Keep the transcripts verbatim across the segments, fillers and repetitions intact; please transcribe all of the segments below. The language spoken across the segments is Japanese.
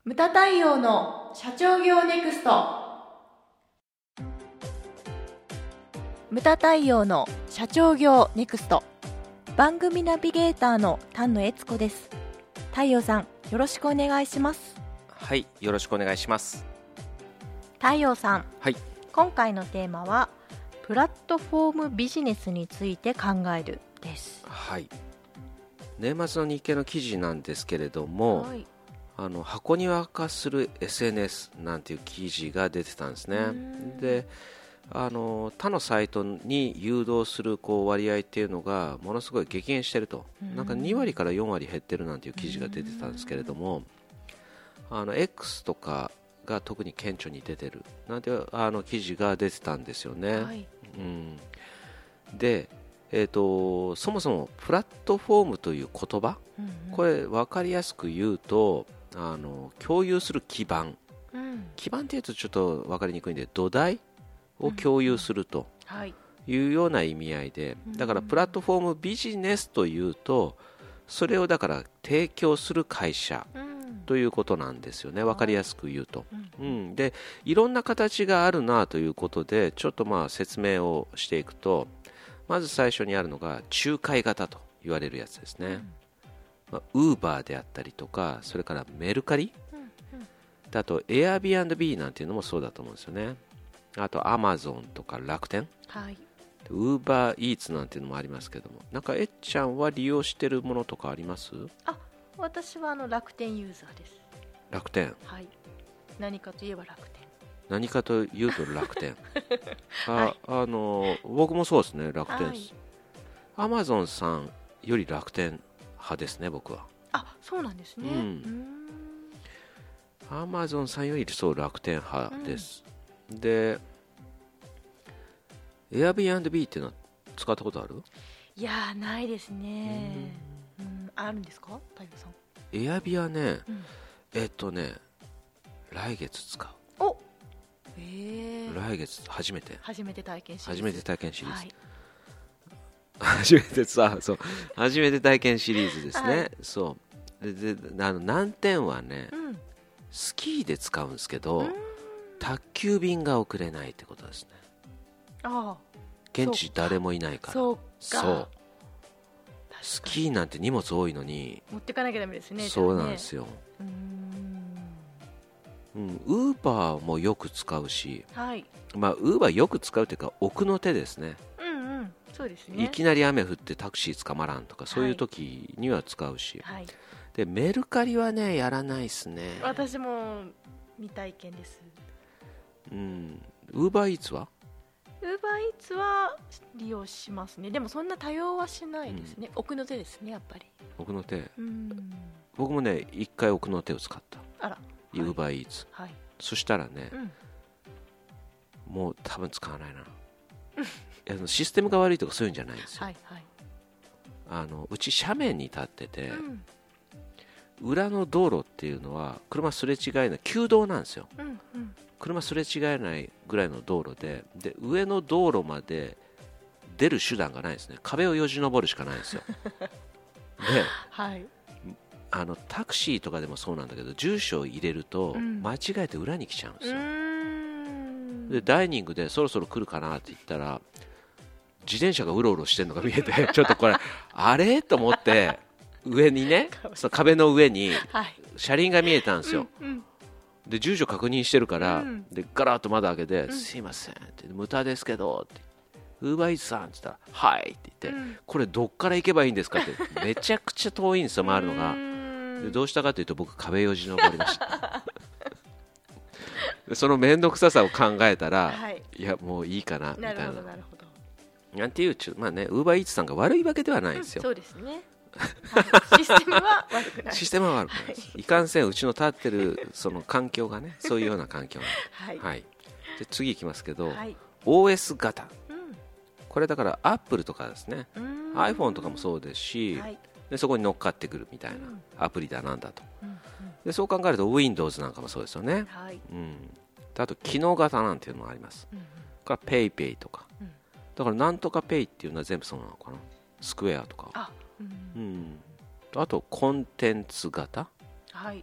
ムタ太陽の社長業ネクスト。ムタ太陽の社長業ネクスト、番組ナビゲーターの丹野悦子です。太陽さん、よろしくお願いします。 はい、よろしくお願いします。 太陽さん、 はい、 今回のテーマはプラットフォームビジネスについて考えるです。 はい、年末の日経の記事なんですけれども、はい、あの箱庭化する エスエヌエス なんていう記事が出てたんですね。で、あの他のサイトに誘導するこう割合っていうのがものすごい激減してると、なんかに割からよん割減ってるなんていう記事が出てたんですけれども、あの X とかが特に顕著に出てるなんてあの記事が出てたんですよね。はい、うん、で、えーと、そもそもプラットフォームという言葉、うんうん、これ分かりやすく言うと、あの共有する基盤、うん、基盤っていうとちょっと分かりにくいんで土台を共有するというような意味合いで、だからプラットフォームビジネスというとそれをだから提供する会社ということなんですよね。分かりやすく言うと、うん、でいろんな形があるなということでちょっとまあ説明をしていくと、まず最初にあるのが仲介型と言われるやつですね。ウーバーであったりとか、それからメルカリ、うんうん、あと Airbnb なんていうのもそうだと思うんですよね。あと Amazon とか楽天、はい、ウーバーイーツなんていうのもありますけども、なんかえっちゃんは利用してるものとかあります？ あ、私はあの楽天ユーザーです。 楽天、 はい、何かといえば楽天、 何かというと楽天あ、はい、あの僕もそうですね、楽天です。アマゾンさんより楽天派ですね、僕は。 あ、そうなんですね。 アマゾンさんよりそう楽天派です、うん、で Airbnb っていうのは使ったことある？ いやー、ないですね。うん、うん、あるんですか、太陽さん。 エアビはね、うん、えっとね来月使う。 お、えー、 来月初めて初めて体験シリーズ初めて体験シリーズ、 はい、 初めてさそう初めて体験シリーズですね、はい、そうでであの難点はね、うん、スキーで使うんですけど宅急便が送れないってことですね。ああ、現地誰もいないから。 そうか、 そうスキーなんて荷物多いのに持ってかなきゃダメですね。 そうなんですよ。うーん、ウーバーもよく使うし、はい、まあウーバーよく使うというか奥の手ですね。 うんうん、そうですね。 いきなり雨降ってタクシー捕まらんとかそういう時には使うし、はい、でメルカリはねやらないですね。 私も未体験です。 うん、ウーバーイーツはウーバーイーツは利用しますね。でもそんな多用はしないですね、うん、奥の手ですね、やっぱり。 奥の手、うん、僕もね一回奥の手を使った。 あら、 ウーバーイーツ、はい、そしたらね、うん、もう多分使わないなあのシステムが悪いとかそういうんじゃないんですよ、はいはい、あのうち斜面に立ってて、うん、裏の道路っていうのは車すれ違いない旧道なんですよ、うんうん、車すれ違えないぐらいの道路 で, で上の道路まで出る手段がないですね。壁をよじ登るしかないんですよで、はい、あのタクシーとかでもそうなんだけど住所を入れると間違えて裏に来ちゃうんですよ、うん、でダイニングでそろそろ来るかなって言ったら自転車がうろうろしてるのが見えてちょっとこれあれと思って上にねその壁の上に車輪が見えたんですよ、うんうん、で住所確認してるから、うん、でガラッと窓開けて、うん、すいませんって無駄ですけどってウーバーイーツさんって言ったらはいって言って、うん、これどっから行けばいいんですかってめちゃくちゃ遠いんですよ回るのが。でどうしたかというと僕壁よじ登りましたでその面倒くささを考えたら、はい、いやもういいかなみたいな。なるほどなるほど。なんていうまあねウーバーイーツさんが悪いわけではないんですよ、 うん、そうですねはい、システムは悪くないシステムは悪くないです、はい、いかんせんうちの立ってるその環境がねそういうような環境なんで、はいはい、で次いきますけど、はい、オーエス 型、うん、これだからアップルとかですね iPhone とかもそうですし、はい、でそこに乗っかってくるみたいなアプリだなんだと、うんうん、でそう考えると Windows なんかもそうですよね、はいうん、あと機能型なんていうのもあります、うんうん、これ PayPay とか、うん、だからなんとか Pay っていうのは全部そうなのかな。スクエアとかあ、うんうん、あとコンテンツ型、はい、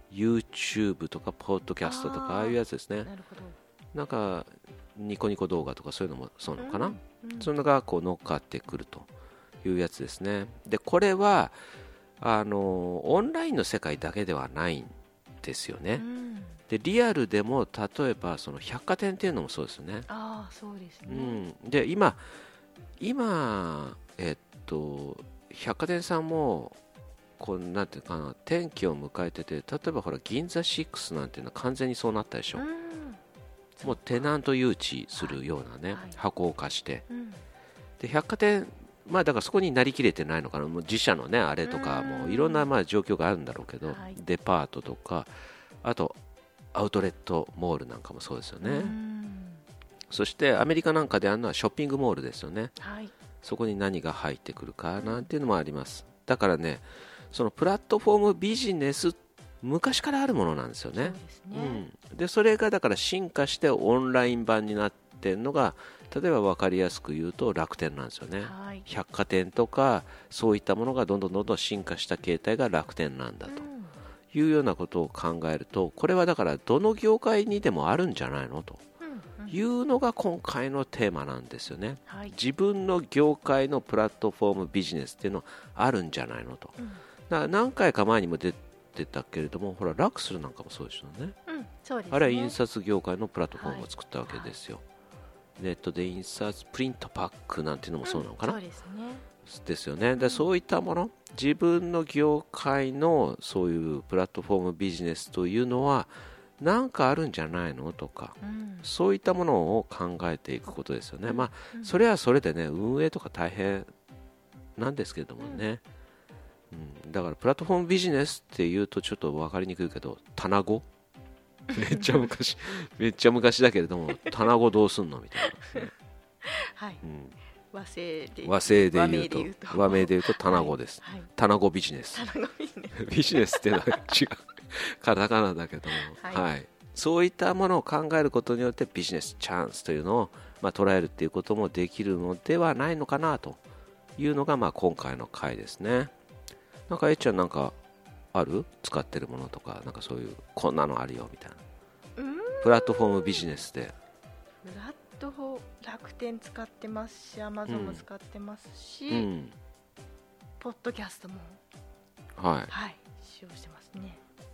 YouTube とかポッドキャストとかああいうやつですね。 なるほど。 なんかニコニコ動画とかそういうのもそうなのかな、 うんうん、 そういうのがこう乗っかってくるというやつですね。でこれはあのオンラインの世界だけではないんですよね、うん、でリアルでも例えばその百貨店っていうのもそうですよね。 ああ、そうですね、 うん、で今今えっと百貨店さんもこうなんていうかな、転機を迎えてて、例えばほら銀座シックスなんていうのは完全にそうなったでしょ、うん、もうテナント誘致するようなね、はい、箱を貸して、うん、で百貨店、まあ、だからそこになりきれてないのかな、もう自社のねあれとかもういろんなまあ状況があるんだろうけど、はい、デパートとかあとアウトレットモールなんかもそうですよね。そしてアメリカなんかであるのはショッピングモールですよね、はい、そこに何が入ってくるかなんていうのもあります。だからね、そのプラットフォームビジネス昔からあるものなんですよね。そうですね、うん、でそれがだから進化してオンライン版になっているのが、例えば分かりやすく言うと楽天なんですよね、はい、百貨店とかそういったものがどんどんどんどん進化した形態が楽天なんだというようなことを考えると、これはだからどの業界にでもあるんじゃないのというのが今回のテーマなんですよね、はい、自分の業界のプラットフォームビジネスっていうのあるんじゃないのと、うん、だから何回か前にも出てたけれども、ほらラクスルなんかもそうでしょうね、うん、そうですね、あれは印刷業界のプラットフォームを作ったわけですよ、はいはい、ネットで印刷プリントパックなんていうのもそうなのかな、うん、そうですね、ですよね。でそういったもの、自分の業界のそういうプラットフォームビジネスというのはなんかあるんじゃないのとか、うん、そういったものを考えていくことですよね、うん、まあ、うん、それはそれでね運営とか大変なんですけれどもね、うんうん、だからプラットフォームビジネスっていうとちょっと分かりにくいけど、棚子めっちゃ昔めっちゃ昔だけれども棚子どうすんのみたいな、ね、 はい、うん、和製で和製で言うと和名で言うと棚子です、はいはい、棚子ビジネスビジネスっていうのは違うカタカナだけども、はいはい、そういったものを考えることによってビジネスチャンスというのを、まあ、捉えるっていうこともできるのではないのかなというのが、まあ、今回の回ですね。なんかえっちゃんなんかある？使ってるものとか、なんかそういうこんなのあるよみたいな、プラットフォームビジネスで。 プラットフォーム、楽天使ってますし、アマゾンも使ってますし、うん、ポッドキャストも、 はいはい、使用してますね。 うん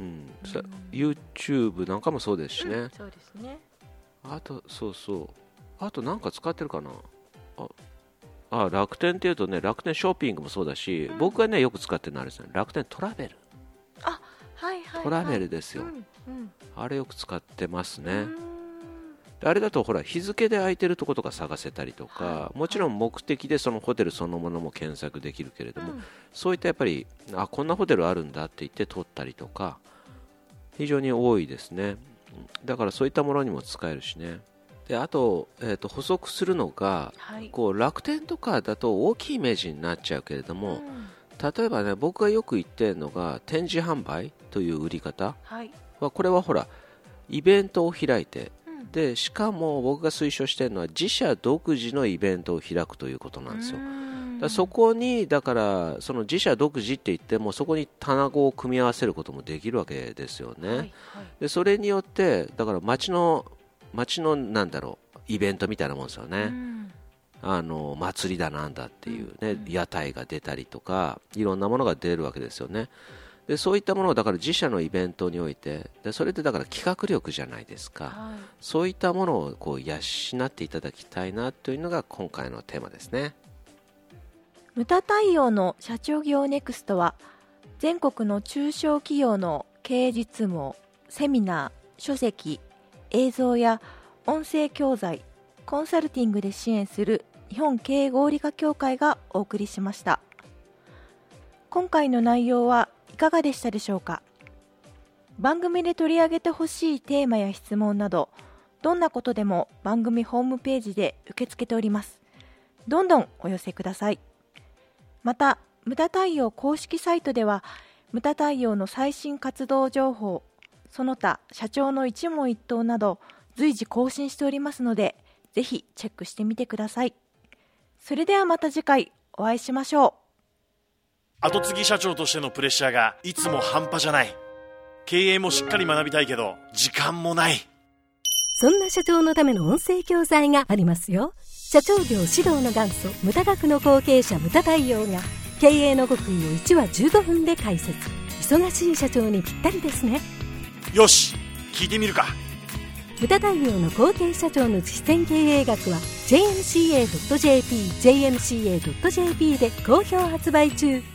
、YouTube なんかもそうですしね、 うん、そうですね。 あとそうそうあとなんか使ってるかなああ、楽天っていうとね、楽天ショッピングもそうだし、うん、僕がねよく使ってるのはですね、楽天トラベル。 あ、はいはいはい、 トラベルですよ、うんうん、あれよく使ってますね。あれだとほら日付で空いてるとことか探せたりとか、はい、もちろん目的でそのホテルそのものも検索できるけれども、うん、そういったやっぱりあこんなホテルあるんだって言って取ったりとか非常に多いですね。だからそういったものにも使えるしね。であと、えー、と補足するのが、はい、こう楽天とかだと大きいイメージになっちゃうけれども、うん、例えばね僕がよく言ってるのが展示販売という売り方、はい、これはほらイベントを開いて、でしかも僕が推奨しているのは自社独自のイベントを開くということなんですよ。だそこにだからその自社独自って言ってもそこに棚子を組み合わせることもできるわけですよね、はいはい、でそれによってだから街の街のなんだろうイベントみたいなもんですよね。あの祭りだなんだっていうね、うん、屋台が出たりとかいろんなものが出るわけですよね。でそういったものをだから自社のイベントにおいてでそれってだから企画力じゃないですか、はい、そういったものをこう養っていただきたいなというのが今回のテーマですね。 ムタ対応の社長業ネクストは全国の中小企業の経営実務をセミナー、書籍、映像や音声教材、コンサルティングで支援する日本経営合理化協会がお送りしました。今回の内容はいかがでしたでしょうか。番組で取り上げてほしいテーマや質問などどんなことでも番組ホームページで受け付けております。どんどんお寄せください。またムタ対応公式サイトではムタ対応の最新活動情報、その他社長の一問一答など随時更新しておりますのでぜひチェックしてみてください。それではまた次回お会いしましょう。 後継ぎ社長としてのプレッシャーがいつも半端じゃない。 経営もしっかり学びたいけど時間もない。 そんな社長のための音声教材がありますよ。社長業指導の元祖ムタ学の後継者ムタ太陽が経営の極意をいちわじゅうごふんで解説。忙しい社長にぴったりですね。 よし、聞いてみるか。 ムタ太陽の後継社長の実践経営学は ジェイエムシーエードットジェーピー ジェイエムシーエードットジェーピー で好評発売中。